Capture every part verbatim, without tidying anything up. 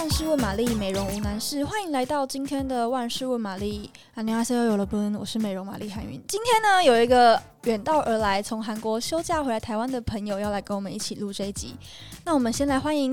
万事问玛丽，美容无难事，欢迎来到今天的万事问玛丽。안녕하세요 여러분，我是美容玛丽韩云。今天呢，有一个远道而来，从韩国休假回来台湾的朋友要来跟我们一起录这一集。那我们先来欢迎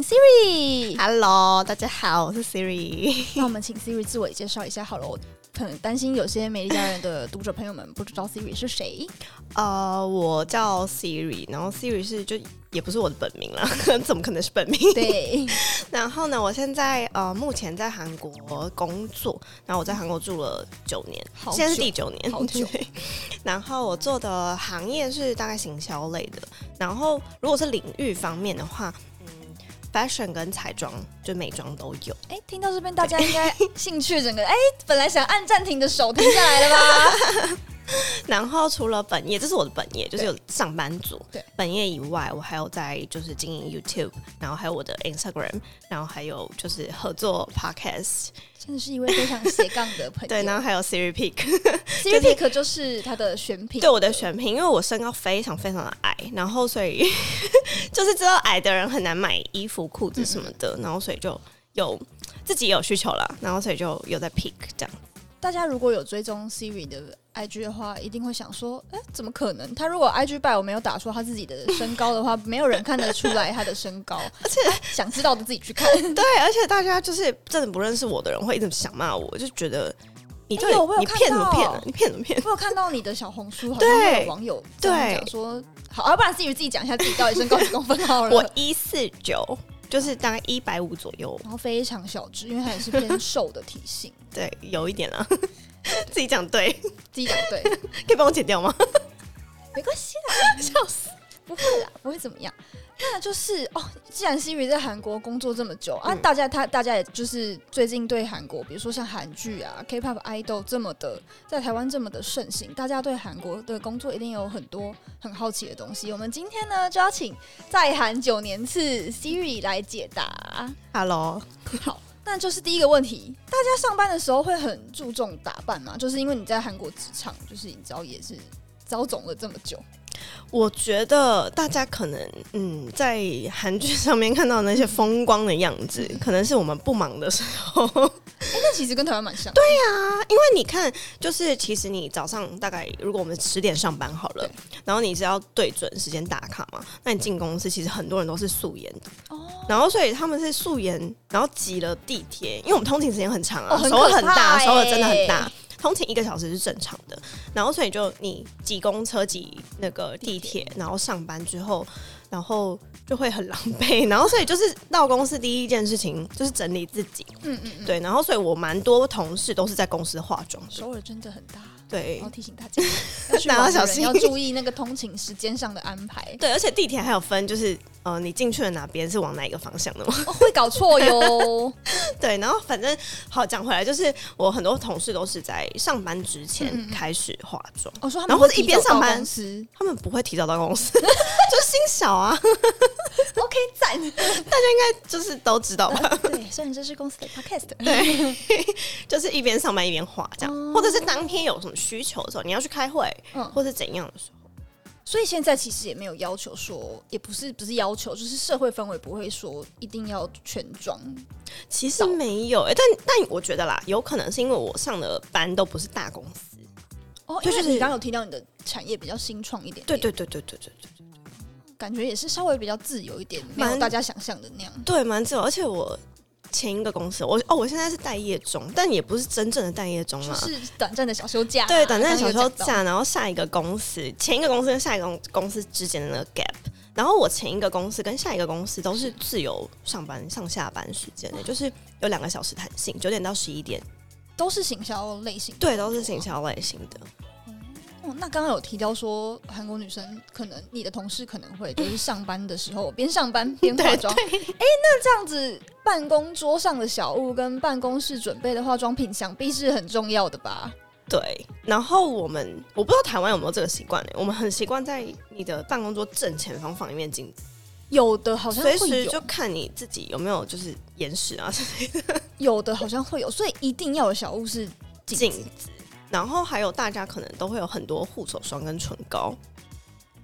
Siri。Hello， 大家好，我是 Siri。 那我们请 Siri 自我介绍一下好了。我可能担心有些美丽家人的读者朋友们不知道 Siri 是谁。 呃，我叫 Siri， 然后 Siri 是就也不是我的本名啦，怎么可能是本名？ 对。 然后呢，我现在呃目前在韩国工作，然后我在韩国住了九年，现在是第九年， 好久。 然后我做的行业是大概行销类的，然后如果是领域方面的话，嗯 ，fashion 跟彩妆就美妆都有。 哎，听到这边大家应该兴趣整个哎，本来想按暂停的手停下来了吧？ 然后除了本业，这是我的本业，就是有上班族。 对， 本业以外，我还有在就是经营 YouTube， 然后还有我的 Instagram， 然后还有就是合作 Podcast。 真的是一位非常斜杠的朋友。 对，然后还有 Siri Pick。Siri Pick 就是他的选品。 对，我的选品，因为我身高非常非常的矮，然后所以就是知道矮的人很难买衣服、裤子什么的，嗯、然后所以就有自己也有需求啦，然后所以就有在 Pick 这样。 大家如果有追踪 Siri 的 I G 的话，一定会想说，哎、欸，怎么可能？他如果 I G bio 没有打出他自己的身高的话，没有人看得出来他的身高。而且想知道的自己去看。 对，而且大家就是真的不认识我的人会一直想骂我，就觉得你对、 欸、有你骗什么骗啊？你骗什么骗？ 我有看到你的小红书，好像有网友这样讲说，好，要不然 Siri 自己讲一下自己到底身高几公分好了。 我一四九。就是大概一百五左右， 然后非常小只，因为他也是偏瘦的体型。 对，有一点啦。自己讲对， 自己讲对， 可以帮我剪掉吗？ 没关系啦，笑死，不会啦，不会怎么样。那就是哦，既然 Siri 在韩国工作这么久、嗯、啊，大家他大家也就是最近对韩国，比如说像韩剧啊、K-pop idol 这么的，在台湾这么的盛行，大家对韩国的工作一定有很多很好奇的东西。我们今天呢，就要请在韩九年次 Siri 来解答。 Hello， 好。那就是第一个问题，大家上班的时候会很注重打扮吗？就是因为你在韩国职场，就是你知道也是遭总了这么久。 我觉得大家可能嗯，在韩剧上面看到那些风光的样子，嗯、可能是我们不忙的时候。 欸、那其实跟台湾蛮像的。 对呀、啊，因为你看，就是其实你早上大概如果我们十点上班好了，然后你是要对准时间打卡嘛，那你进公司其实很多人都是素颜的，哦、然后所以他们是素颜，然后挤了地铁，因为我们通勤时间很长啊， 哦、 首尔很大， 欸、 首尔真的很大。通勤一个小时是正常的，然后所以就你挤公车挤那个地铁，然后上班之后，然后就会很狼狈，然后所以就是到公司第一件事情就是整理自己，嗯嗯嗯，对，然后所以我蛮多同事都是在公司化妆的。 首尔真的很大， 对， 然后提醒大家要去玩的人要注意那个通勤时间上的安排。 对，而且地铁还有分，就是呃，你进去了哪边是往哪一个方向的吗？ 哦、会搞错哟。 对，然后反正好讲回来，就是我很多同事都是在上班之前开始化妆， 我、嗯、说、哦、 然后或者一边上班， 他们不会提早到公司，就是心小啊。 OK， 赞，大家应该就是都知道吧？ 呃、对，虽然这是公司的 podcast， 对，就是一边上班一边化这样、哦，或者是当天有什么需求的时候，你要去开会，嗯、或者怎样的时候。 所以现在其实也没有要求说，也不是不是要求，就是社会氛围不会说一定要全妆。 其实没有、欸，但但我觉得啦，有可能是因为我上的班都不是大公司。 哦，因为你刚刚有提到你的产业比较新创一点点， 对对对对对对对对， 感觉也是稍微比较自由一点，没有大家想象的那样。 对，蛮自由，而且我。前一个公司，我哦，我现在是待业中，但也不是真正的待业中啊， 就是短暂的小休假、啊。 对，短暂的小休假，然后下一个公司，前一个公司跟下一个公司之间的那个 gap， 然后我前一个公司跟下一个公司都是自由上班上下班时间的，就是有两个小时弹性，九点到十一点， 都是行销类型的， 对，都是行销类型的。 哦、那刚刚有提到说，韩国女生可能你的同事可能会就是上班的时候边上班边化妆。哎、欸，那这样子办公桌上的小物跟办公室准备的化妆品，想必是很重要的吧？ 对。然后我们我不知道台湾有没有这个习惯、欸、我们很习惯在你的办公桌正前方放一面镜子。 有的好像会有， 随时就看你自己有没有就是眼屎啊之类的。 有的好像会有，所以一定要有小物是镜子。 然后还有大家可能都会有很多护手霜跟唇膏，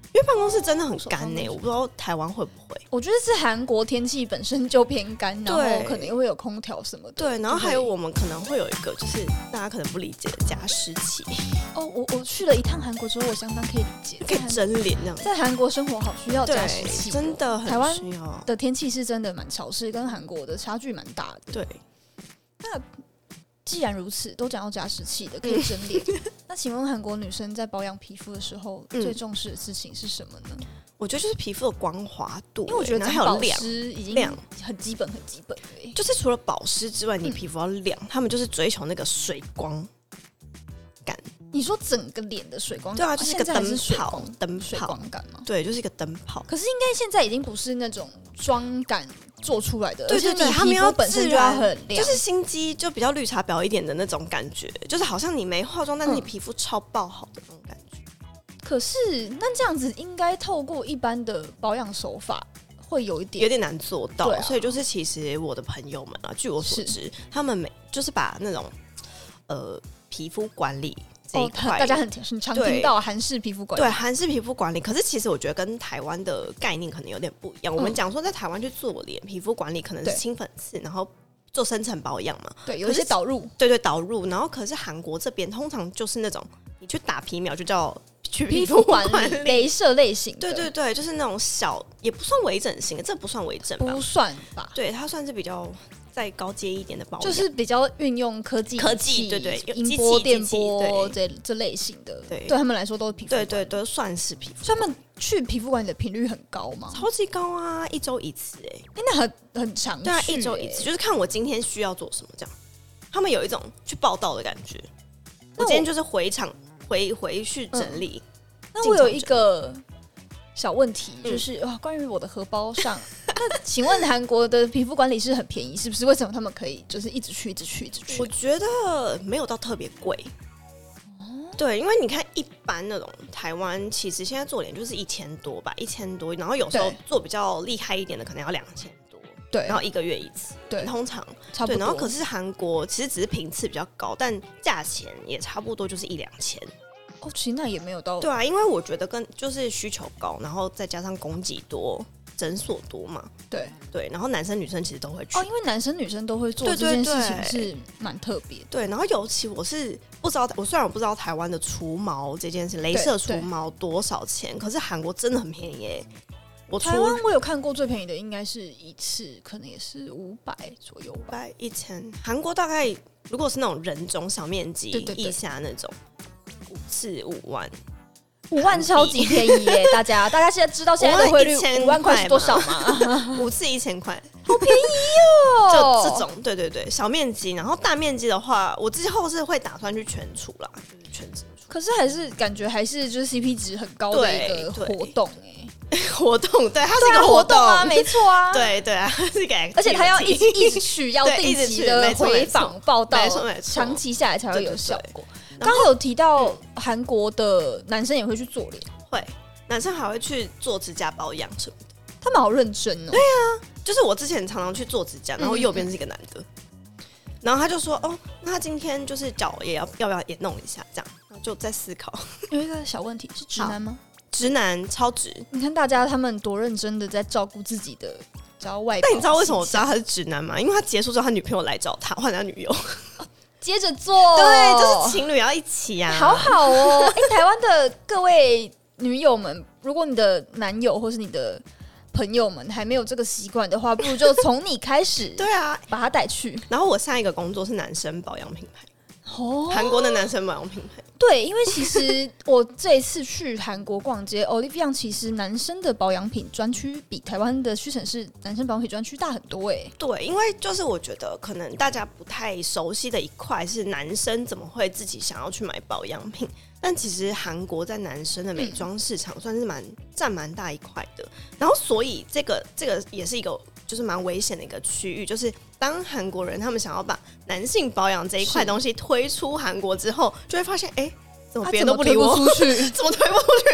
因为办公室真的很干呢、欸，我不知道台湾会不会。 我觉得是韩国天气本身就偏干，然后可能又会有空调什么的。 对，然后还有我们可能会有一个就是大家可能不理解的加湿器。 哦，我我去了一趟韩国之后，我相当可以理解， 可以蒸脸这样。 在韩国生活好需要加湿器， 真的很需要。 台湾的天气是真的蛮潮湿，跟韩国的差距蛮大的。 对， 那既然如此，都讲到加湿器的，可以蒸脸。嗯、那请问韩国女生在保养皮肤的时候，嗯、最重视的事情是什么呢？ 我觉得就是皮肤的光滑度、欸， 因为我觉得还有保湿已经很基本、很基本了、 欸。就是除了保湿之外，你皮肤要亮，嗯、他们就是追求那个水光感。 你说整个脸的水光感，对啊，就是一个灯泡，灯水光感吗？ 对，就是一个灯泡。 可是应该现在已经不是那种妆感做出来的， 对对对， 他们要本身就要很亮， 就是心机就比较绿茶婊一点的那种感觉，就是好像你没化妆，但是你皮肤超爆好的那种感觉。嗯、 可是那这样子应该透过一般的保养手法会有一点有点难做到， 啊、 所以就是其实我的朋友们啊，据我所知，他们每就是把那种呃皮肤管理。这一块、 哦、大家很很常听到韩式皮肤管理， 对韩式皮肤管理。可是其实我觉得跟台湾的概念可能有点不一样。嗯、我们讲说在台湾去做脸皮肤管理，可能是清粉刺，然后做深层保养嘛， 对，有一些导入， 对对导入。然后可是韩国这边通常就是那种你去打皮秒就叫去皮肤管理， 雷射类型的， 对对对，就是那种小也不算微整型，这不算微整吧？ 不算吧？ 对，它算是比较。再高阶一点的保养， 就是比较运用科技、 科技，对对， 音波、电波这这类型的，对，对他们来说都是皮肤， 对对对，算是皮肤。 所以他们去皮肤管理的频率很高吗？ 超级高啊，一周一次、欸，哎， 哎，那很很长、欸， 对啊，一周一次，就是看我今天需要做什么这样。他们有一种去报道的感觉。我今天就是回场回回去整理。 嗯、那我有一个小问题，就是、嗯、关于我的荷包上。那请问韩国的皮肤管理是很便宜，是不是？为什么他们可以就是一直去、一直去、一直去？ 我觉得没有到特别贵。哦，对，因为你看一般那种台湾，其实现在做脸就是一千多吧，一千多，然后有时候做比较厉害一点的，可能要两千多。 对， 然后一个月一次， 对， 通常差不多。 对，然后可是韩国其实只是频次比较高，但价钱也差不多就是一两千。 哦，其实那也没有到。 对啊，因为我觉得跟就是需求高，然后再加上供给多。诊所多嘛？ 对对，然后男生女生其实都会去哦，因为男生女生都会做这件事情是蛮特别的。 对，然后尤其我是不知道，我虽然我不知道台湾的除毛这件事，雷射除毛多少钱，可是韩国真的很便宜耶。 我台湾我有看过最便宜的，应该是一次可能也是五百左右， 五百一千。韩国大概如果是那种人中小面积以下那种，五次五万。 五万超级便宜耶！大家，大家现在知道现在的汇率五万块是多少吗？ 五次一千块， 好便宜哦！就这种，对对对，小面积，然后大面积的话，我之后是会打算去全除啦，就是全除。 可是还是感觉还是就是 C P 值很高的一个活动哎， 活动对，它是一个活动啊，没错啊， 对对啊，是一个， 而且它要一直一直去，要定期的回访报道，长期下来才会有效果。刚刚有提到韩国的男生也会去做脸， 会，男生还会去做指甲保养什么的， 他们好认真哦。 对啊，就是我之前常常去做指甲，然后右边是一个男的，嗯、然后他就说：“哦，那他今天就是脚也要要不要也弄一下？”这样，然后就在思考。 有一个小问题是直男吗？ 直男超直， 你看大家他们多认真的在照顾自己的，只要外表。 但你知道为什么我知道他是直男吗？因为他结束之后，他女朋友来找他换他女友。 接着做， 对，就是情侣要一起啊， 好好哦。哎、欸，台湾的各位女友们，如果你的男友或是你的朋友们还没有这个习惯的话，不如就从你开始， 对啊， 把他带去。 然后我下一个工作是男生保养品牌，哦，韩国的男生保养品牌。 对，因为其实我这一次去韩国逛街 ，Olivia 其实男生的保养品专区比台湾的屈臣氏男生保养品专区大很多哎、欸。 对，因为就是我觉得可能大家不太熟悉的一块是男生怎么会自己想要去买保养品，但其实韩国在男生的美妆市场算是蛮占蛮大一块的，然后所以这个这个也是一个就是蛮危险的一个区域，就是当韩国人他们想要把男性保养这一块东西推出韩国之后，就会发现哎。欸怎么别人都不理我？ 怎么推不出去？ 怎么推不出去？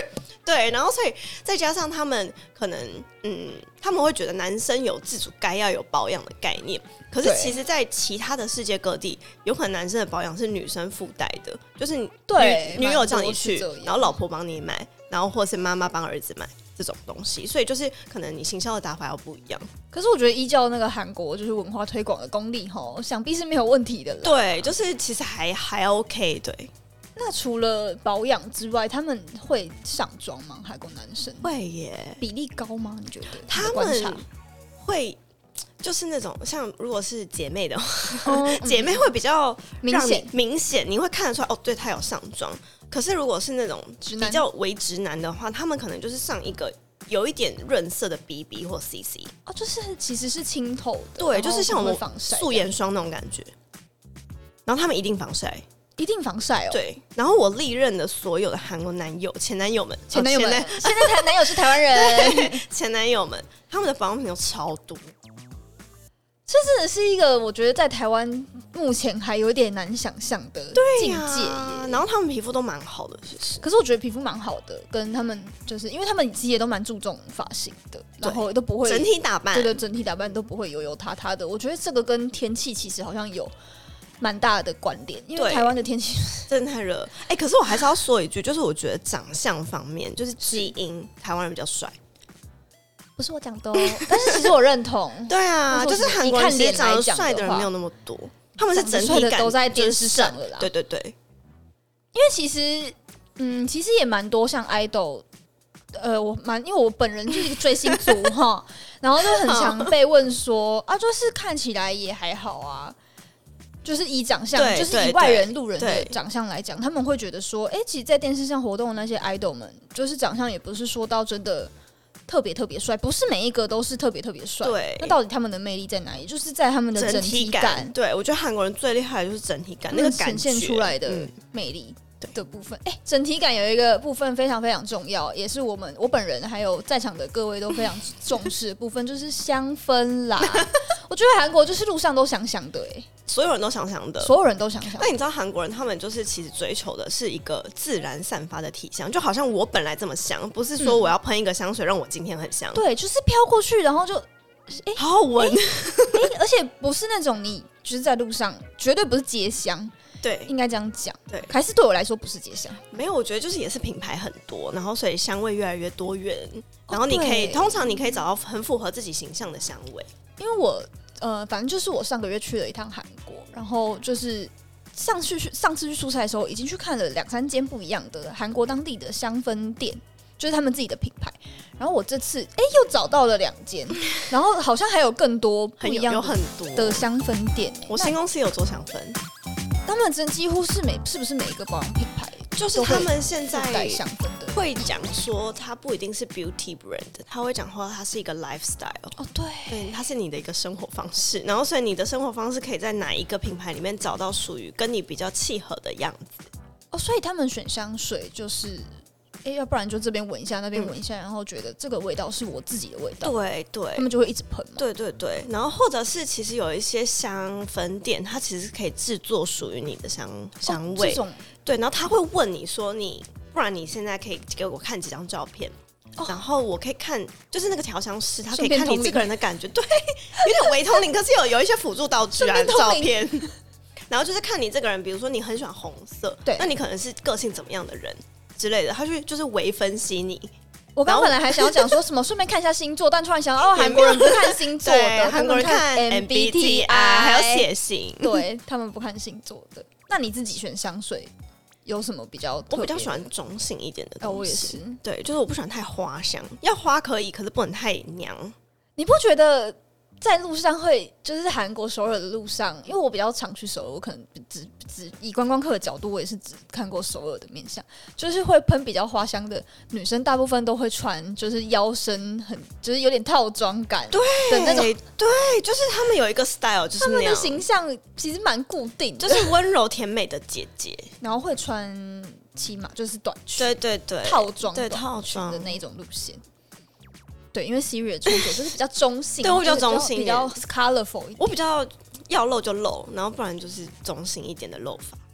对，然后所以再加上他们可能嗯，他们会觉得男生有自主该要有保养的概念，可是其实在其他的世界各地，有可能男生的保养是女生附带的，就是女对女友叫你去蛮多是这，样然后老婆帮你买，然后或是妈妈帮儿子买这种东西，所以就是可能你行销的打法要不一样。 可是我觉得依照那个韩国就是文化推广的功力齁，想必是没有问题的啦。 对，就是其实还还 OK。对， 那除了保养之外，他们会上妆吗？韩国男生会耶， 比例高吗？你觉得？ 他你的观察们会就是那种像如果是姐妹的话， 哦姐妹会比较让你明显明显，你会看得出来哦，对她有上妆。可是如果是那种直男比较为直男的话，他们可能就是上一个有一点润色的 B B 或 C C， 哦，就是其实是清透的， 对，就是像我们然后不会防晒素颜霜那种感觉。然后他们一定防晒， 一定防晒哦。， 对。然后我历任的所有的韩国男友、前男友们、 前男友们， 哦现在台男友是台湾人， 前男友们，他们的保养品都超多。 这真的是一个我觉得在台湾目前还有点难想象的境界耶。 然后他们皮肤都蛮好的，其实。 可是我觉得皮肤蛮好的，跟他们就是因为他们其实也都蛮注重发型的，然后都不会整体打扮， 对对，整体打扮都不会油油塌塌的。我觉得这个跟天气其实好像有蛮大的关联，因为对台湾的天气真的太热。哎、欸，可是我还是要说一句，就是我觉得长相方面，就是基因，台湾人比较帅。 不是我讲的哦，但是其实我认同。 对啊，就是韩国人其实长得帅的人没有那么多，他们是整体感都在电视上了啦。 对对对， 因为其实，嗯，其实也蛮多像 idol， 呃，我蛮因为我本人就是一个追星族哈，然后就很常被问说啊，就是看起来也还好啊。就是以长相，就是以外人路人的长相来讲，他们会觉得说，哎、欸，其实，在电视上活动的那些 idol 们，就是长相也不是说到真的特别特别帅，不是每一个都是特别特别帅。 对， 那到底他们的魅力在哪里？就是在他们的整体感。 感对，我觉得韩国人最厉害的就是整体感，那个呈现出来的魅力。嗯的部分，哎、欸，整体感有一个部分非常非常重要，也是我们我本人还有在场的各位都非常重视的部分，就是香氛啦。我觉得韩国就是路上都香香的、欸，哎， 所有人都香香的， 所有人都香香的。 那你知道韩国人他们就是其实追求的是一个自然散发的体香，就好像我本来这么香，不是说我要喷一个香水让我今天很香， 嗯、对，就是飘过去，然后就，哎、欸， 好好闻，哎、 欸欸，而且不是那种你就是在路上，绝对不是街香。 对， 应该这样讲。 对， 还是对我来说不是街香。 没有，我觉得就是也是品牌很多，然后所以香味越来越多元，然后你可以、哦、通常你可以找到很符合自己形象的香味。 因为我呃，反正就是我上个月去了一趟韩国，然后就是上去上次去出差的时候，已经去看了两三间不一样的韩国当地的香氛店。就是他们自己的品牌，然后我这次哎、欸、又找到了两间，然后好像还有更多不一样的有很多的香氛店、欸。 我新公司有做香氛， 他们真几乎是每是不是每一个保养品牌， 就是他们现在带香氛的， 会讲说它不一定是 beauty brand， 他会讲说它是一个 lifestyle。 哦，对， 对，它是你的一个生活方式，然后所以你的生活方式可以在哪一个品牌里面找到属于跟你比较契合的样子。 哦，所以他们选香水就是。哎、欸，要不然就这边闻一下，那边闻一下、嗯，然后觉得这个味道是我自己的味道， 对对， 他们就会一直喷嘛。 对对对，然后或者是其实有一些香氛店，它其实可以制作属于你的香香味、哦， 这种对，然后他会问你说你，不然你现在可以给我看几张照片，哦、然后我可以看，就是那个调香师，他可以看你这个人的感觉，对，有点微通灵，可是有有一些辅助道具啊，照片。然后就是看你这个人，比如说你很喜欢红色， 对， 那你可能是个性怎么样的人之类的，他去就是微分析你。 我刚本来还想要讲说什么，顺便看一下星座，但突然想到哦，韩国人不看星座的， 韩国人看 M B T I， 还有血型， 对他们不看星座的。那你自己选香水有什么比较特别的？ 我比较喜欢中性一点的东西。 哦，我也是。 对，就是我不喜欢太花香，要花可以，可是不能太娘。 你不觉得？在路上会就是韩国首尔的路上，因为我比较常去首尔，我可能只只以观光客的角度，我也是只看过首尔的面相，就是会喷比较花香的女生，大部分都会穿就是腰身很就是有点套装感的那种， 对，就是他们有一个 style， 就是那样， 他们的形象其实蛮固定的， 就是温柔甜美的姐姐， 然后会穿骑马就是短裙， 对对对， 套装对套装的那一种路线。对，因为 Siri 的穿着就是比较中性， 对我比较中性， 比较 colorful 一点。 我比较要露就露，然后不然就是中性一点的露法。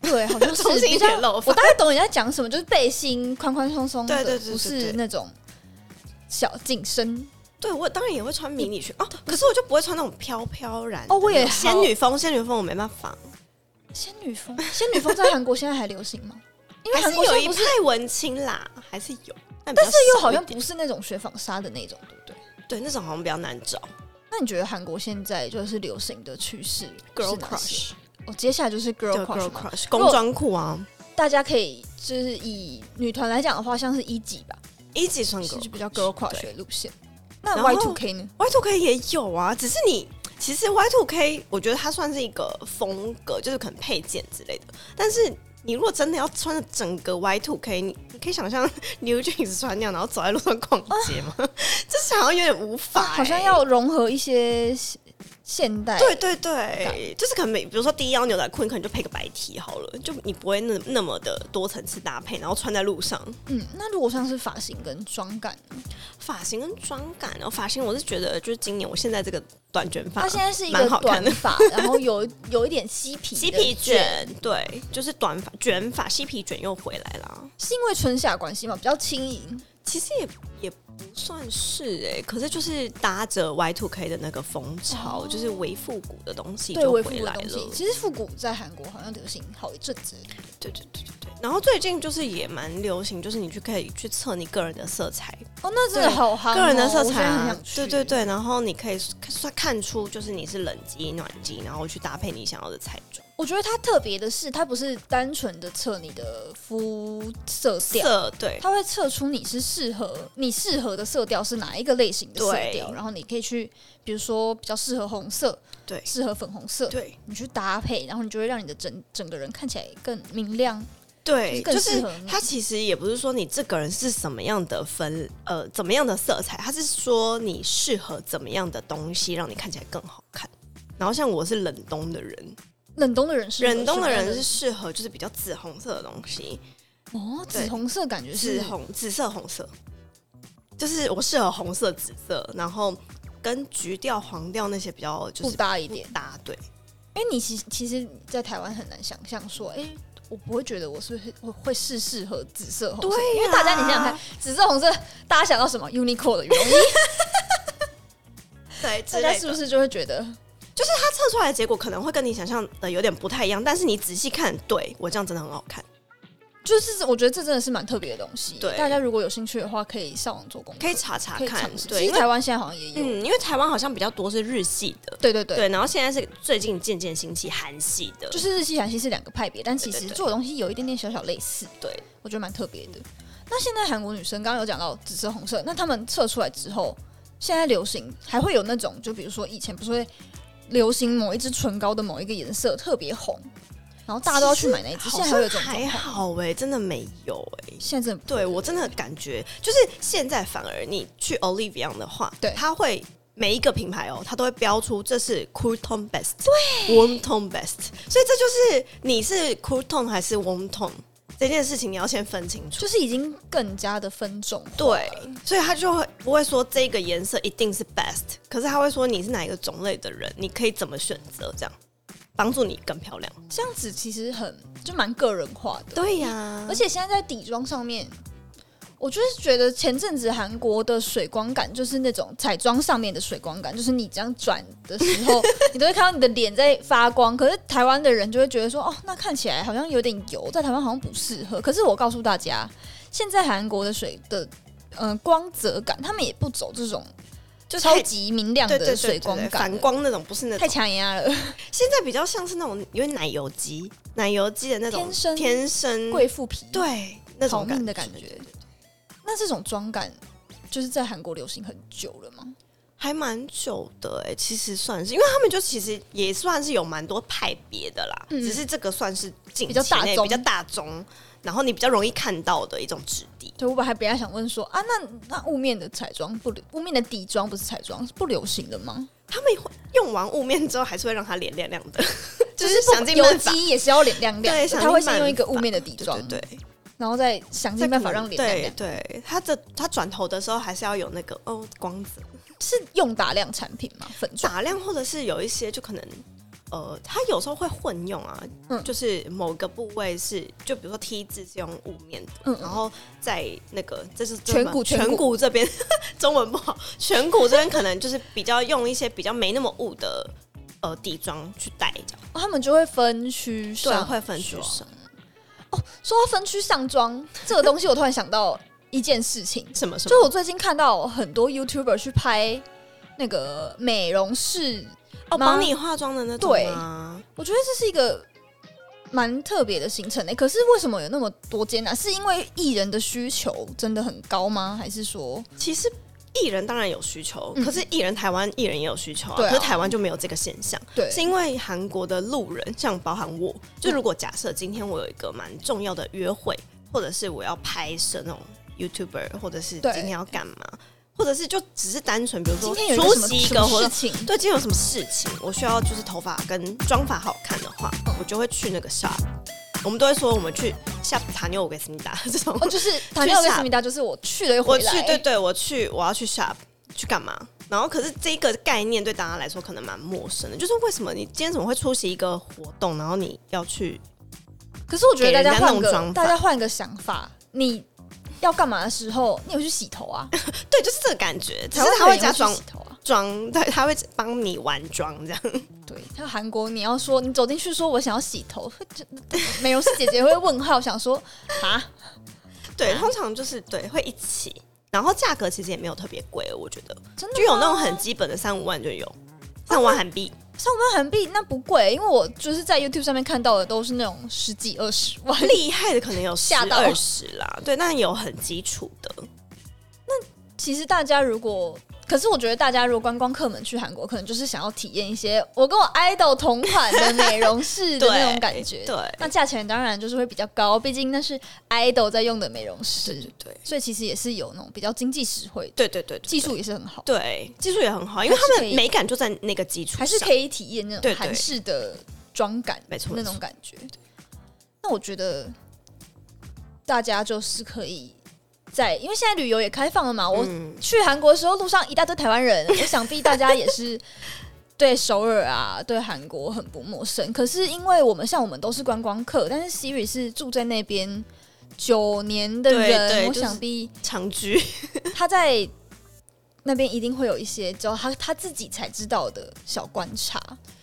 对，好像是中性一点露发。 我大概懂你在讲什么，就是背心宽宽松松的， 对对对对对， 不是那种小紧身。 对，我当然也会穿迷你裙哦，可是我就不会穿那种飘飘然哦，我也仙女风，仙女风我没办法。 仙女风，仙女风在韩国现在还流行吗？因为韩国有一派文青啦，还是有，但, 但是又好像不是那种雪纺纱的那种，对不对？ 对，那种好像比较难找。 那你觉得韩国现在就是流行的趋势 ？Girl crush， 哦，接下来就是 girl crush，, girl crush 工装裤啊。 大家可以就是以女团来讲的话，像是一级吧， 一级算 girl 就比较 girl crush 的路线。那 Y 二 K 呢 ？Y 二 K 也有啊，只是你其实 Y 二 K 我觉得它算是一个风格，就是可能配件之类的。但是你如果真的要穿的整个 Y 二 K， 你你可以想象 New Jeans 穿那样，然后走在路上逛街吗？啊、这好像有点无法、欸啊， 好像要融合一些现代。 对对对，就是可能比如说低腰牛仔裤，你可能就配个白 T 好了，就你不会那那么的多层次搭配，然后穿在路上。 嗯，那如果像是发型跟妆感呢？ 发型跟妆感，然后发型我是觉得，就是今年我现在这个短卷发， 它现在是一个短发，然后有有一点嬉皮嬉皮卷，对，就是短发卷发，嬉皮卷又回来了。 是因为春夏关系嘛，比较轻盈。 其实也也不算是哎、欸，可是就是搭着 Y 二 K 的那个风潮，哦、就是微复古的东西就回来了。 其实复古在韩国好像流行好一阵子。 对对对对对。然后最近就是也蛮流行，就是你去可以去测你个人的色彩。 哦，那真的好夯、哦！ 个人的色彩、啊，对对对。然后你可以看出就是你是冷肌、暖肌，然后去搭配你想要的彩妆。 我觉得它特别的是，它不是单纯的测你的肤色调， 色对， 它会测出你是适合你适合的色调是哪一个类型的色调，然后你可以去，比如说比较适合红色， 对， 适合粉红色， 对， 你去搭配，然后你就会让你的整整个人看起来更明亮。 对， 就是、 就是它其实也不是说你这个人是什么样的分呃怎么样的色彩，它是说你适合怎么样的东西让你看起来更好看。然后像我是冷冬的人。 冷冬的人是冷冬的人是适合就是比较紫红色的东西哦，紫红色感觉是紫红紫色红色，就是我适合红色紫色，然后跟橘调黄调那些比较就是不搭一点搭对， 因为你其实其实，在台湾很难想象说，哎、欸，我不会觉得我是我会是适合紫色红色， 对、啊， 因为大家你想想看，紫色红色大家想到什么 Uniqlo 的羽绒衣， 对， 大家是不是就会觉得？ 就是它测出来的结果可能会跟你想象的有点不太一样，但是你仔细看，对我这样真的很好看。 就是我觉得这真的是蛮特别的东西， 对， 大家如果有兴趣的话，可以上网做功课， 可以查查看。对， 其实台湾现在好像也有， 嗯，因为台湾好像比较多是日系的， 对对对， 对，然后现在是最近渐渐兴起韩系的， 就是日系、韩系是两个派别，但其实做的东西有一点点小小类似， 对， 我觉得蛮特别的。那现在韩国女生刚刚有讲到紫色、红色，那他们测出来之后，现在流行还会有那种，就比如说以前不是会流行某一支唇膏的某一个颜色特别红，然后大家都要去买那一支，现在还有一种还好哎、欸，真的没有哎、欸， 现在真的对我真的感觉就是现在反而你去 Olivia 的话， 对， 它会每一个品牌哦，它都会标出这是 Cool Tone Best， 对 ，Warm Tone Best， 所以这就是你是 Cool Tone 还是 Warm Tone。这件事情你要先分清楚， 就是已经更加的分众， 对，所以他就会不会说这个颜色一定是 best， 可是他会说你是哪一个种类的人，你可以怎么选择，这样帮助你更漂亮。 这样子其实很就蛮个人化的， 对呀、啊。 而且现在在底妆上面，我就是觉得前阵子韩国的水光感，就是那种彩妆上面的水光感，就是你这样转的时候，你都会看到你的脸在发光。可是台湾的人就会觉得说，哦，那看起来好像有点油，在台湾好像不适合。可是我告诉大家，现在韩国的水的呃光泽感，他们也不走这种就超级明亮的水光感， 反光那种不是那种太强压了。 现在比较像是那种有点奶油肌、奶油肌的那种天生天生贵妇皮， 对那种好命的感觉。那这种妆感就是在韩国流行很久了吗？ 还蛮久的哎、欸，其实算是，因为他们就其实也算是有蛮多派别的啦、嗯，只是这个算是近期内比较大众，比较大众，然后你比较容易看到的一种质地。 对，我本来本来想问说啊，那那雾面的彩妆不流，雾面的底妆不是彩妆不流行的吗？ 他们用完雾面之后，还是会让它脸亮亮的，就是想尽办法，油肌也是要脸亮亮的， 对， 他会先用一个雾面的底妆， 对。对对然后再想尽办法让脸亮亮。 对对，他的他转头的时候还是要有那个哦光泽， 是用打亮产品吗？粉打亮或者是有一些就可能呃，它有时候会混用啊， 嗯就是某个部位是，就比如说 T 字是用雾面的， 嗯嗯然后在那个这是颧骨颧颧骨骨这边中文不好，颧骨这边可能就是比较用一些比较没那么雾的呃底妆去带，这样、 哦，他们就会分区对， 上， 会分区上。 哦，说到分区上妆这个东西，我突然想到一件事情， 什么什么？ 就我最近看到很多 YouTuber 去拍那个美容室哦，帮你化妆的那种吗？ 对，我觉得这是一个蛮特别的行程诶、欸。可是为什么有那么多间啊？是因为艺人的需求真的很高吗？还是说， 其实艺人当然有需求， 嗯、 可是艺人台湾艺人也有需求啊。 对啊， 可是台湾就没有这个现象。 对， 是因为韩国的路人，像包含我，就如果假设今天我有一个蛮重要的约会，或者是我要拍摄那种 YouTuber， 或者是今天要干嘛。或者是就只是单纯，比如说出席一个或者对，今天有什么事情，我需要就是头发跟妆发好看的话，嗯、我就会去那个 shop。我们都会说我们去 shop 塔妞给思密达这种， 哦，就是塔妞给思密达，就是我去了又回来。 我去，对对，我去，我要去 shop 去干嘛？然后可是这个概念对大家来说可能蛮陌生的，就是为什么你今天怎么会出席一个活动，然后你要去？ 可是我觉得大家换个大家换个想法，你。要干嘛的时候，你有去洗头啊？ 对，就是这个感觉。只是他会加妆洗头啊， 妆，对，他会帮你玩妆这样。 对，他韩国你要说你走进去说我想要洗头，美容师姐姐会问号，想说啊？ 对，通常就是对会一起，然后价格其实也没有特别贵，我觉得真的就有那种很基本的三五万就有，三五万韩币。 三五万韩币那不贵，因为我就是在 YouTube 上面看到的都是那种十几二十万， 厉害的可能有十二十啦，对，那有很基础的。 那其实大家如果，可是我觉得大家如果观光客们去韩国，可能就是想要体验一些我跟我 idol 同款的美容室的那种感觉， 对， 那价钱当然就是会比较高，毕竟那是 idol 在用的美容室， 对对对， 所以其实也是有那种比较经济实惠， 对对对， 技术也是很好， 对，技术也很好，因为他们美感就在那个基础上， 还是可以体验那种韩式的妆感， 没错， 那种感觉。那我觉得大家就是可以。在，因为现在旅游也开放了嘛，我去韩国的时候，路上一大堆台湾人，我想必大家也是对首尔啊、对韩国很不陌生。可是因为我们像我们都是观光客，但是 Siri 是住在那边九年的人， 对对， 我想必长居， 他在那边一定会有一些只有他他自己才知道的小观察。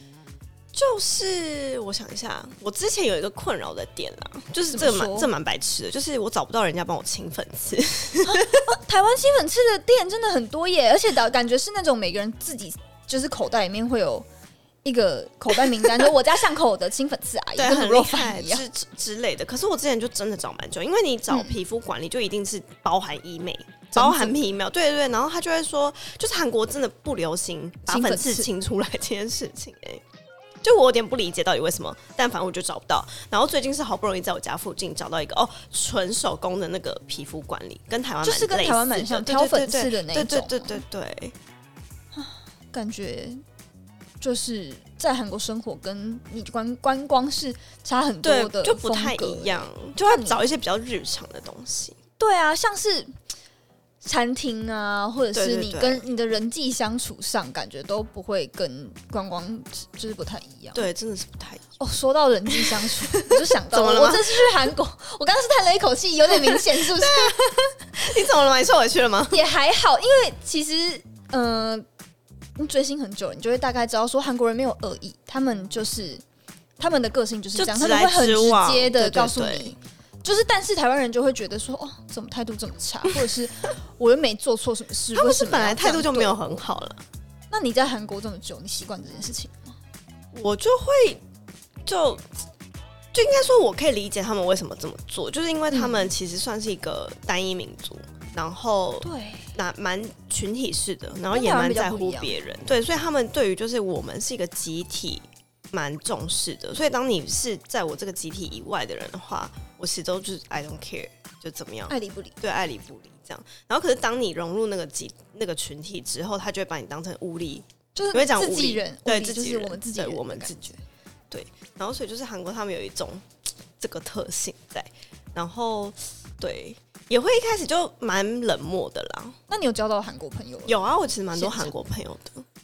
就是我想一下，我之前有一个困扰的点啦，就是这个蛮这蛮白痴的，就是我找不到人家帮我清粉刺。 啊哦、台湾清粉刺的店真的很多耶，而且感觉是那种每个人自己就是口袋里面会有一个口袋名单，就我家巷口的清粉刺阿姨， 对， 跟很厉害之之类的。可是我之前就真的找蛮久，因为你找皮肤管理就一定是包含医美。嗯包含皮秒，对对对，然后他就会说，就是韩国真的不流行把粉刺清出来这件事情、欸，哎，就我有点不理解到底为什么，但反正我就找不到。然后最近是好不容易在我家附近找到一个哦，纯手工的那个皮肤管理，跟台湾就是跟台湾蛮像，挑粉刺的那种， 对对对对对对， 感觉就是在韩国生活跟你观观光是差很多的， 就不太一样，就要找一些比较日常的东西。 对啊，像是。餐厅啊，或者是你跟你的人际相处上，感觉都不会跟观光就是不太一样。 对，真的是不太一样。 哦，说到人际相处，我就想到了，我这次去韩国，我刚刚是叹了一口气，有点明显，是不是？ 你怎么了吗？你受委屈了吗？ 也还好，因为其实，嗯、呃，追星很久，你就会大概知道说韩国人没有恶意，他们就是他们的个性就是这样，他们会很直接的告诉你。对对对，就是，但是台湾人就会觉得说，哦，怎么态度这么差，或者是我又没做错什么事， 他们是本来态度就没有很好了。 那你在韩国这么久，你习惯这件事情吗？ 我就会就就应该说，我可以理解他们为什么这么做，就是因为他们其实算是一个单一民族，嗯、然后对， 那蛮群体式的，然后也蛮在乎别人，对，所以他们对于就是我们是一个集体。蛮重视的，所以当你是在我这个集体以外的人的话，我始终就是 I don't care， 就怎么样， 爱理不理， 对，爱理不理这样。然后可是当你融入那个集那个群体之后，他就会把你当成物力， 就是会讲自己人， 对，自己人，就是我们自己人， 我们自己，对。然后所以就是韩国他们有一种这个特性在，然后对。也会一开始就蛮冷漠的啦。 那你有交到韩国朋友？ 有啊，我其实蛮多韩国朋友的。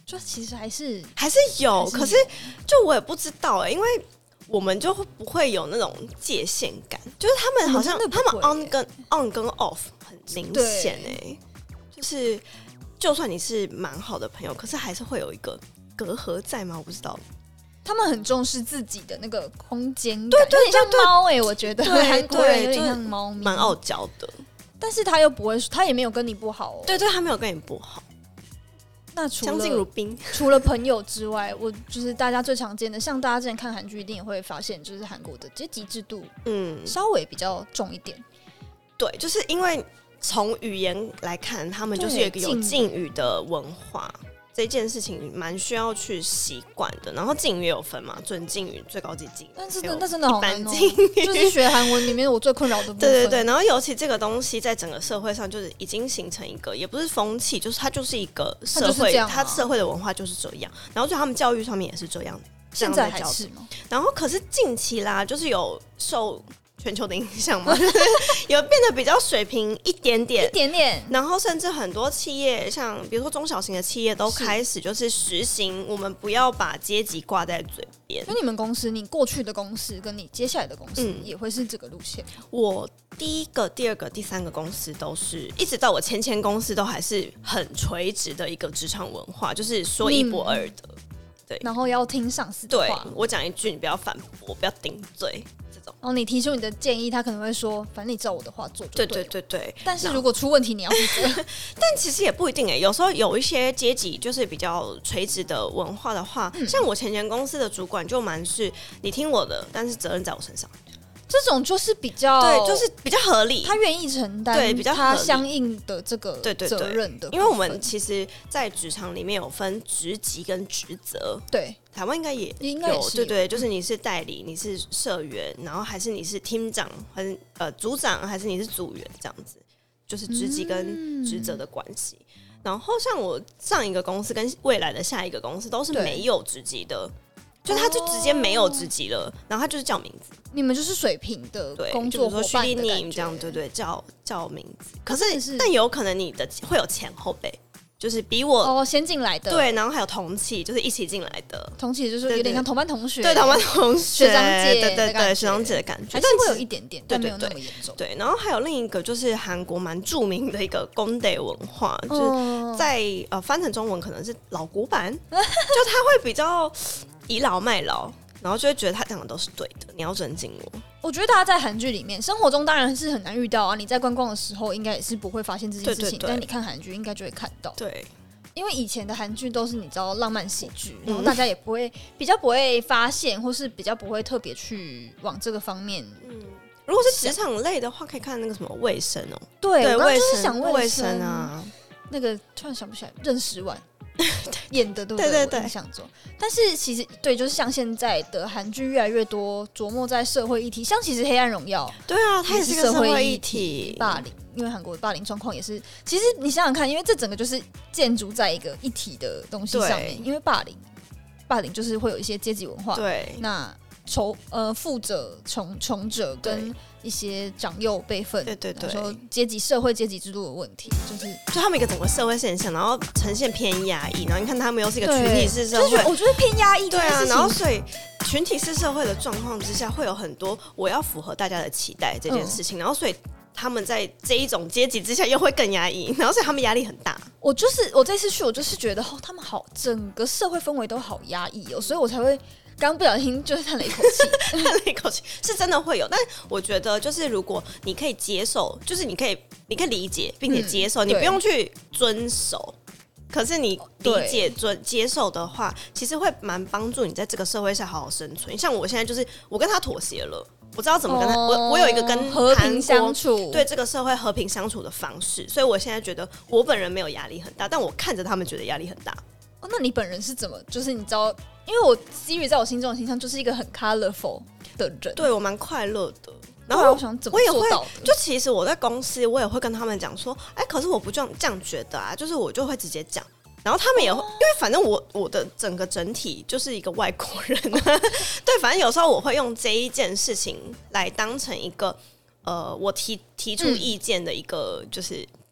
就其实还是还是有， 还是有可是就我也不知道哎、欸，因为我们就不会有那种界限感，就是他们好像他们 on 跟 on 跟 off 很明显哎、欸，就是就算你是蛮好的朋友，可是还是会有一个隔阂在吗？我不知道。 他们很重视自己的那个空间感， 对对对对， 有点像猫哎、欸，我觉得韩国人有点像猫咪， 蛮傲娇的。 但是他又不会，他也没有跟你不好哦。 对对，他没有跟你不好。 那除了相敬如宾， 除了朋友之外，我就是大家最常见的，像大家之前看韩剧一定也会发现，就是韩国的阶级制度，嗯，稍微比较重一点。 对，就是因为从语言来看，他们就是有一个有敬语的文化。这件事情蛮需要去习惯的，然后敬语也有分嘛，准敬语、最高级敬语， 但是那真的好难哦， 喔， 就是学韩文里面我最困扰的部分。 对对对，然后尤其这个东西在整个社会上，就是已经形成一个，也不是风气，就是它就是一个社会，它，啊，它社会的文化就是这样。然后就他们教育上面也是这样， 现在还是吗？ 然后可是近期啦，就是有受全球的影响嘛，有变得比较水平一点点， 一点点。 然后甚至很多企业，像比如说中小型的企业，都开始就是实行，我们不要把阶级挂在嘴边。 所以你们公司，你过去的公司跟你接下来的公司，嗯，也会是这个路线？ 我第一个、第二个、第三个公司都是，一直到我前前公司都还是很垂直的一个职场文化，就是说一不二的。嗯，对， 然后要听上司的话。 对，我讲一句，你不要反驳，不要顶嘴。 然后你提出你的建议，他可能会说：“反正你照我的话做就对。” 对对对对。 但是如果出问题，你要负责。 但其实也不一定哎，欸，有时候有一些阶级就是比较垂直的文化的话，嗯，像我前前公司的主管就蛮是，你听我的，但是责任在我身上。 这种就是比较对，就是比较合理， 他愿意承担， 对，比较他相应的这个责任的。 因为我们其实，在职场里面有分职级跟职责， 对， 台湾应该也有， 应该也是对对，就是你是代理，你是社员，然后还是你是厅长，还是呃组长，还是你是组员，这样子，就是职级跟职责的关系。嗯，然后像我上一个公司跟未来的下一个公司都是没有职级的。就他就直接没有职级了，然后他就是叫名字。 你们就是水平的工作伙伴的感觉， 这样对对，叫叫名字。可是，是但有可能你的会有前后辈，就是比我哦先进来的， 对，然后还有同期，就是一起进来的。 同期就是有点像同班同学， 对，同班同学， 学长姐， 对对对，学长姐的感觉， 还是会有一点点，但没有那么严重。 对，然后还有另一个就是韩国蛮著名的一个公得文化，就是在呃翻成中文可能是老古板，就他会比较倚老卖老，然后就会觉得他讲的都是对的，你要尊敬我。 我觉得大家在韩剧里面，生活中当然是很难遇到啊。你在观光的时候，应该也是不会发现这件事情，对对对，但你看韩剧应该就会看到。 对， 因为以前的韩剧都是你知道浪漫喜剧，然后大家也不会比较不会发现，或是比较不会特别去往这个方面。嗯， 如果是职场类的话，可以看那个什么卫生哦。 对， 对， 我刚刚就是想卫生啊， 那个突然想不起来，任时完。演的对不对？对对对， 印象中。但是其实对，就是像现在的韩剧越来越多琢磨在社会议题，像其实《黑暗荣耀》， 对啊，它也是个社会议题， 霸凌，因为韩国的霸凌状况也是。其实你想想看，因为这整个就是建筑在一个一体的东西上面，因为霸凌，霸凌就是会有一些阶级文化， 对， 那仇呃富者穷穷者跟一些长幼辈分， 对对对， 说阶级社会阶级制度的问题，就是就他们一个整个社会现象，然后呈现偏压抑，然后你看他们又是一个群体式社会， 我觉得偏压抑， 对啊，然后所以群体式社会的状况之下，会有很多我要符合大家的期待这件事情，嗯、然后所以他们在这一种阶级之下又会更压抑，然后所以他们压力很大。 我就是我这次去，我就是觉得哦，他们好，整个社会氛围都好压抑哦，所以我才会。刚不小心就是叹了一口气， 叹了一口气，是真的会有。但我觉得，就是如果你可以接受，就是你可以，你可以理解并且接受，嗯、你不用去遵守。可是你理解、遵接受的话，其实会蛮帮助你在这个社会下好好生存。像我现在就是，我跟他妥协了，我知道怎么跟他，哦、我我有一个跟和平相处， 对这个社会和平相处的方式，所以我现在觉得我本人没有压力很大，但我看着他们觉得压力很大。 哦，那你本人是怎么？就是你知道。因为我 Siri 在我心中的形象就是一个很 colorful 的人， 对我蛮快乐的。然后我想怎么做到的？ 就其实我在公司，我也会跟他们讲说，哎，可是我不这样这样觉得啊，就是我就会直接讲。然后他们也会，哦、因为反正我我的整个整体就是一个外国人、啊，对，反正有时候我会用这一件事情来当成一个呃，我提提出意见的一个就是。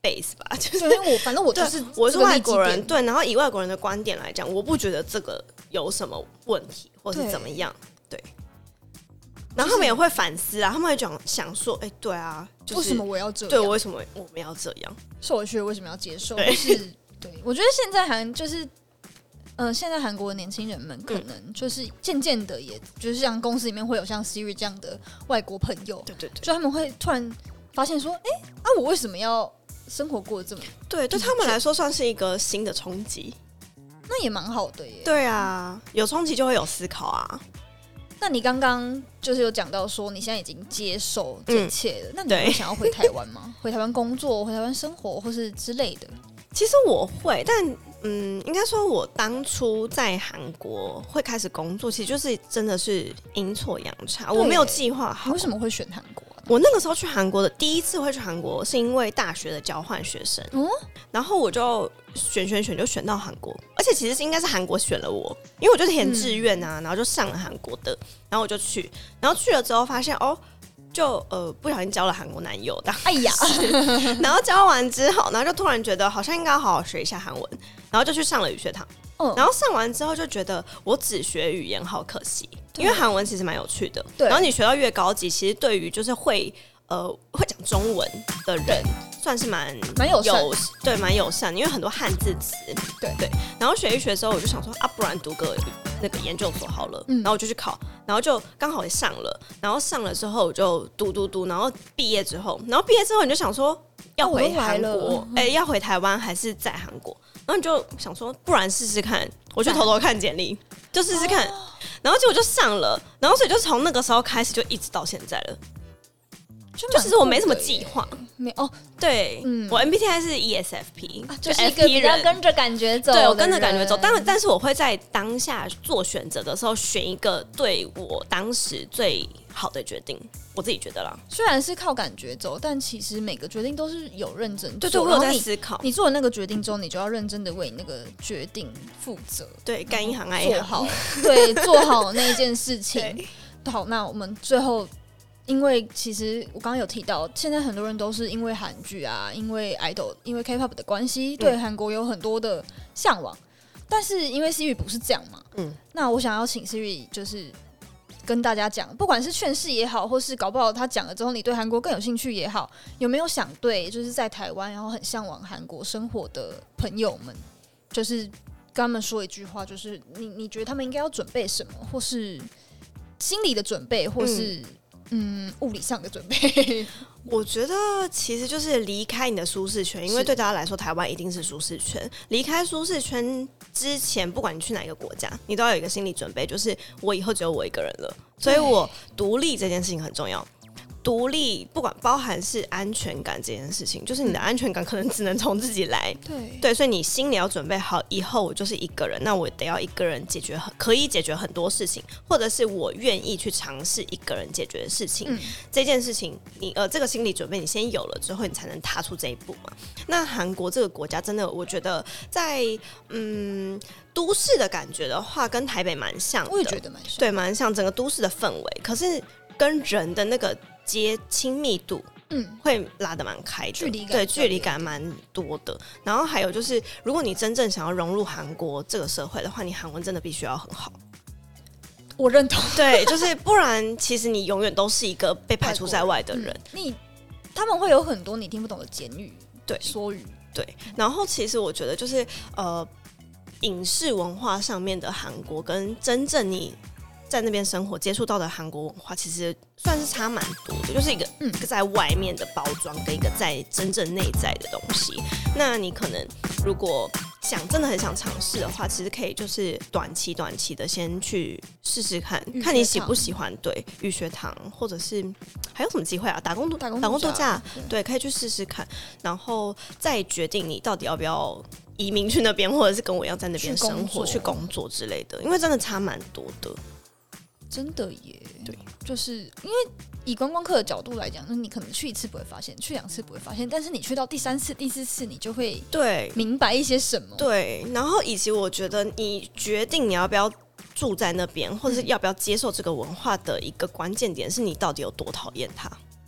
base 吧，就是因为我反正我就是我是外国人，对，然后以外国人的观点来讲，我不觉得这个有什么问题或是怎么样，对。对然后他们也会反思啊，他们会讲想说，哎、欸，对啊、就是， 为什么我要这样？ 对，为什么我们要这样？ 受委屈为什么要接受？对，是，对，我觉得现在韩就是，呃，现在韩国的年轻人们可能就是渐渐的，也就是像公司里面会有像 Siri 这样的外国朋友， 对对对， 就他们会突然发现说，哎、欸，啊，我为什么要生活过得这么？ 对，对他们来说算是一个新的冲击， 那也蛮好的耶。 对啊，有冲击就会有思考啊。 那你刚刚就是有讲到说你现在已经接受这一切了，嗯、那你会想要回台湾吗？回台湾工作、回台湾生活，或是之类的？ 其实我会，但嗯，应该说我当初在韩国会开始工作，其实就是真的是阴错阳差，我没有计划好。 你为什么会选韩国、啊？ 我那个时候去韩国的第一次会去韩国，是因为大学的交换学生，嗯，然后我就选选选就选到韩国，而且其实是应该是韩国选了我，因为我就填志愿啊、嗯，然后就上了韩国的，然后我就去，然后去了之后发现哦。就呃不小心交了韩国男友的， 哎呀， 然后交完之后，然后就突然觉得好像应该要好好学一下韩文，然后就去上了语学堂。嗯、然后上完之后就觉得我只学语言好可惜，因为韩文其实蛮有趣的。然后你学到越高级，其实对于就是会呃会讲中文的人，算是蛮蛮友善， 对，蛮友善，因为很多汉字词，对对。然后学一学之后，我就想说啊，不然读个那个研究所好了，嗯、然后我就去考，然后就刚好也上了，然后上了之后我就读读读，然后毕业之后，然后毕业之后你就想说要回韩国，哎、欸，要回台湾还是在韩国？然后你就想说，不然试试看，我去偷偷看简历，就试试看，然后结果就上了，然后所以就从那个时候开始就一直到现在了。就其实我没什么计划， 没哦， 对，嗯、我 M B T I 是 E S F P，、 啊、就是一个比较跟着感觉走的人， 对，我跟着感觉走。当然，但是我会在当下做选择的时候，选一个对我当时最好的决定。我自己觉得啦， 虽然是靠感觉走，但其实每个决定都是有认真做。 对对，我有在思考。 你做了那个决定之后，你就要认真的为你那个决定负责。 对，干一行爱一行， 做好，对，做好那一件事情。好，那我们最后。因为其实我刚刚有提到，现在很多人都是因为韩剧啊，因为 idol， 因为 K-pop 的关系，对韩国有很多的向往。但是因为 Siri 不是这样嘛，嗯，那我想要请 Siri 就是跟大家讲，不管是劝世也好，或是搞不好他讲了之后你对韩国更有兴趣也好，有没有想对就是在台湾然后很向往韩国生活的朋友们，就是跟他们说一句话，就是你你觉得他们应该要准备什么，或是心理的准备，或是、嗯嗯，物理上的准备， 我觉得其实就是离开你的舒适圈，因为对大家来说，台湾一定是舒适圈。离开舒适圈之前，不管你去哪一个国家，你都要有一个心理准备，就是我以后只有我一个人了，所以我独立这件事情很重要。独立不管包含是安全感这件事情，就是你的安全感可能只能从自己来， 对对，所以你心里要准备好，以后我就是一个人，那我得要一个人解决很可以解决很多事情，或者是我愿意去尝试一个人解决的事情。嗯、这件事情，你呃这个心理准备你先有了之后，你才能踏出这一步嘛。那韩国这个国家真的，我觉得在嗯都市的感觉的话，跟台北蛮像的， 我也觉得蛮像， 对，蛮像整个都市的氛围，可是跟人的那个接亲密度，嗯，会拉得蛮开的， 距离感对，距离感蛮多的。然后还有就是，如果你真正想要融入韩国这个社会的话，你韩文真的必须要很好。 我认同， 对，就是不然，其实你永远都是一个被排除在外的人。 嗯、你他们会有很多你听不懂的简语， 对， 缩语， 对。然后其实我觉得就是呃，影视文化上面的韩国跟真正你在那边生活接触到的韩国文化，其实算是差蛮多的，就是一个、嗯、一个在外面的包装跟一个在真正内在的东西。那你可能如果想真的很想尝试的话，其实可以就是短期短期的先去试试看，看你喜不喜欢。对，语学堂或者是还有什么机会啊？打工度打工打工度假，对，可以去试试看，然后再决定你到底要不要移民去那边，或者是跟我一样在那边生活、去工作之类的，因为真的差蛮多的。 真的耶， 对， 就是因为以观光客的角度来讲，那你可能去一次不会发现，去两次不会发现，但是你去到第三次、第四次，你就会对明白一些什么。 对，然后以及我觉得你决定你要不要住在那边，或者是要不要接受这个文化的一个关键点，是你到底有多讨厌它。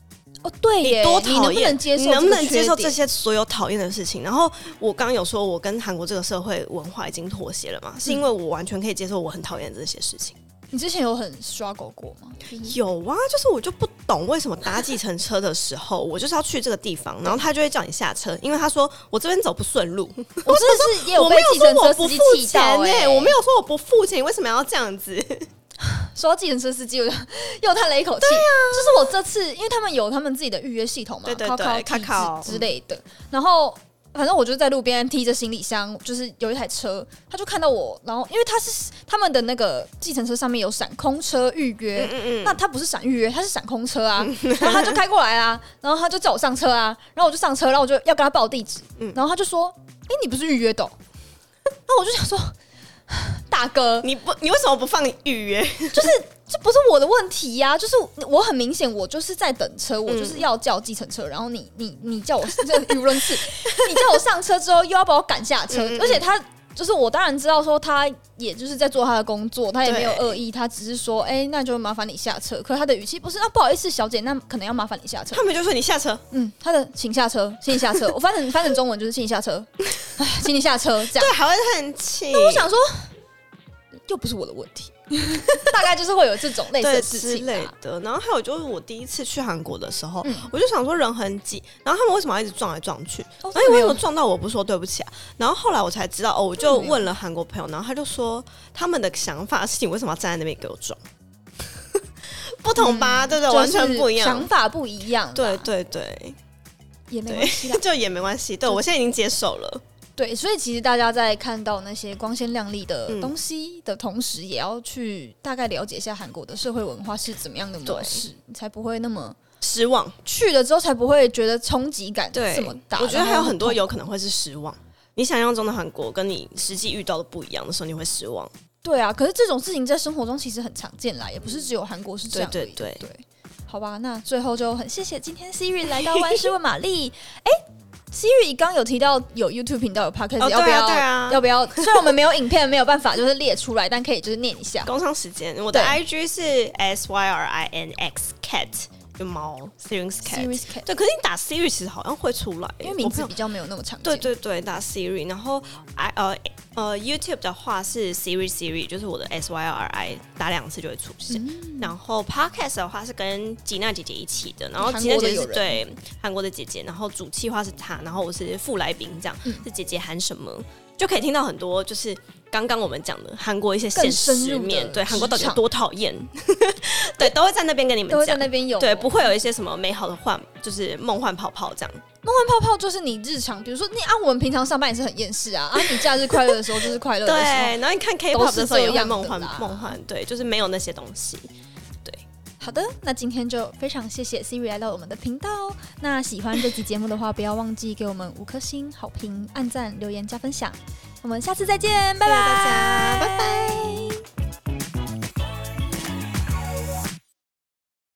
哦，对耶， 你多讨厌， 你能不能接受？ 你能不能接受这些所有讨厌的事情？然后我刚刚有说，我跟韩国这个社会文化已经妥协了嘛，嗯、是因为我完全可以接受我很讨厌这些事情。 你之前有很 struggle 过吗？ 有啊，就是我就不懂为什么搭计程车的时候，我就是要去这个地方，然后他就会叫你下车，因为他说我这边走不顺路。 我真的是也有被计程车司机气到哎、 欸，我没有说我不付钱，为什么要这样子？ 说到计程车司机，我又叹了一口气。对啊，就是我这次，因为他们有他们自己的预约系统嘛， 对对对， 卡卡之类的，然后。反正我就在路边提着行李箱，就是有一台车，他就看到我，然后因为他是他们的那个计程车上面有闪空车预约，嗯嗯嗯，那他不是闪预约，他是闪空车啊，然后他就开过来啦，然后他就叫我上车啊，然后我就上车，然后我就要跟他报地址，嗯、然后他就说：“哎、欸，你不是预约的、喔？”那我就想说，大哥， 你不，你为什么不放预约？ 就是。这不是我的问题呀、啊，就是我很明显，我就是在等车，我就是要叫计程车，然后你你你叫我这语无伦次，你叫我上车之后又要把我赶下车，嗯嗯嗯而且他就是我当然知道说他也就是在做他的工作，他也没有恶意，他只是说哎、欸，那就麻烦你下车，可是他的语气不是啊，不好意思，小姐，那可能要麻烦你下车。 他们就说你下车， 嗯，他的请下车，请你下车，我翻成翻成中文就是请你下车，哎，请你下车，这样对，还会很气。 那我想说，又不是我的问题。大概就是会有这种类似的事情、啊、 之类的，然后还有就是我第一次去韩国的时候、嗯，我就想说人很挤，然后他们为什么要一直撞来撞去？哦、然后为什么撞到我不说对不起啊？然后后来我才知道，哦，我就问了韩国朋友，然后他就说他们的想法是你为什么要站在那边给我撞？不同吧，嗯、对对，完全不一样， 想法不一样， 对对对， 也没关系啦， 就也没关系，对我现在已经接受了。 对，所以其实大家在看到那些光鲜亮丽的东西的同时，嗯、也要去大概了解一下韩国的社会文化是怎么样的模式，你才不会那么失望。 去了之后才不会觉得冲击感这么大。 我觉得还有很多有可能会是失望。你想象中的韩国跟你实际遇到的不一样的时候，你会失望。 对啊，可是这种事情在生活中其实很常见啦，也不是只有韩国是这样的。 对对对对，好吧，那最后就很谢谢今天 Siri 来到万事问玛丽。哎。Siri 刚有提到有 YouTube 频道有 Podcast，、哦、要不要、 啊啊、 要不要？虽然我们没有影片，没有办法就是列出来，但可以就是念一下。 工商时间，我的 I G 是 S Y R I N X Cat， 有猫 Siri's Cat。对，可是你打 Siri 其实好像会出来， 因为名字比较没有那么常见。 对对对，打 Siri， 然后 I 呃呃 YouTube 的话是 Siri Siri， 就是我的 S Y R I 打两次就会出现。嗯、然后 Podcast 的话是跟吉娜姐姐一起的，然后吉娜姐姐是对韩国的姐姐，然后主企划是她，然后我是副来宾，这样、嗯、是姐姐喊什么，就可以听到很多就是刚刚我们讲的韩国一些现实面，对韩国到底有多讨厌，对，都会在那边跟你们讲， 都会在那边有， 对，不会有一些什么美好的幻，就是梦幻泡泡这样。 梦幻泡泡就是你日常，比如说你啊，我们平常上班也是很厌世啊，啊，你假日快乐的时候就是快乐的时候， 对，然后你看 K-pop 的时候也会梦幻梦幻，对，就是没有那些东西。对， 好的，那今天就非常谢谢 Siri 来到我们的频道。那喜欢这集节目的话，不要忘记给我们五颗星好评、按赞、留言、加分享。我们下次再见，拜拜， 大家，拜拜。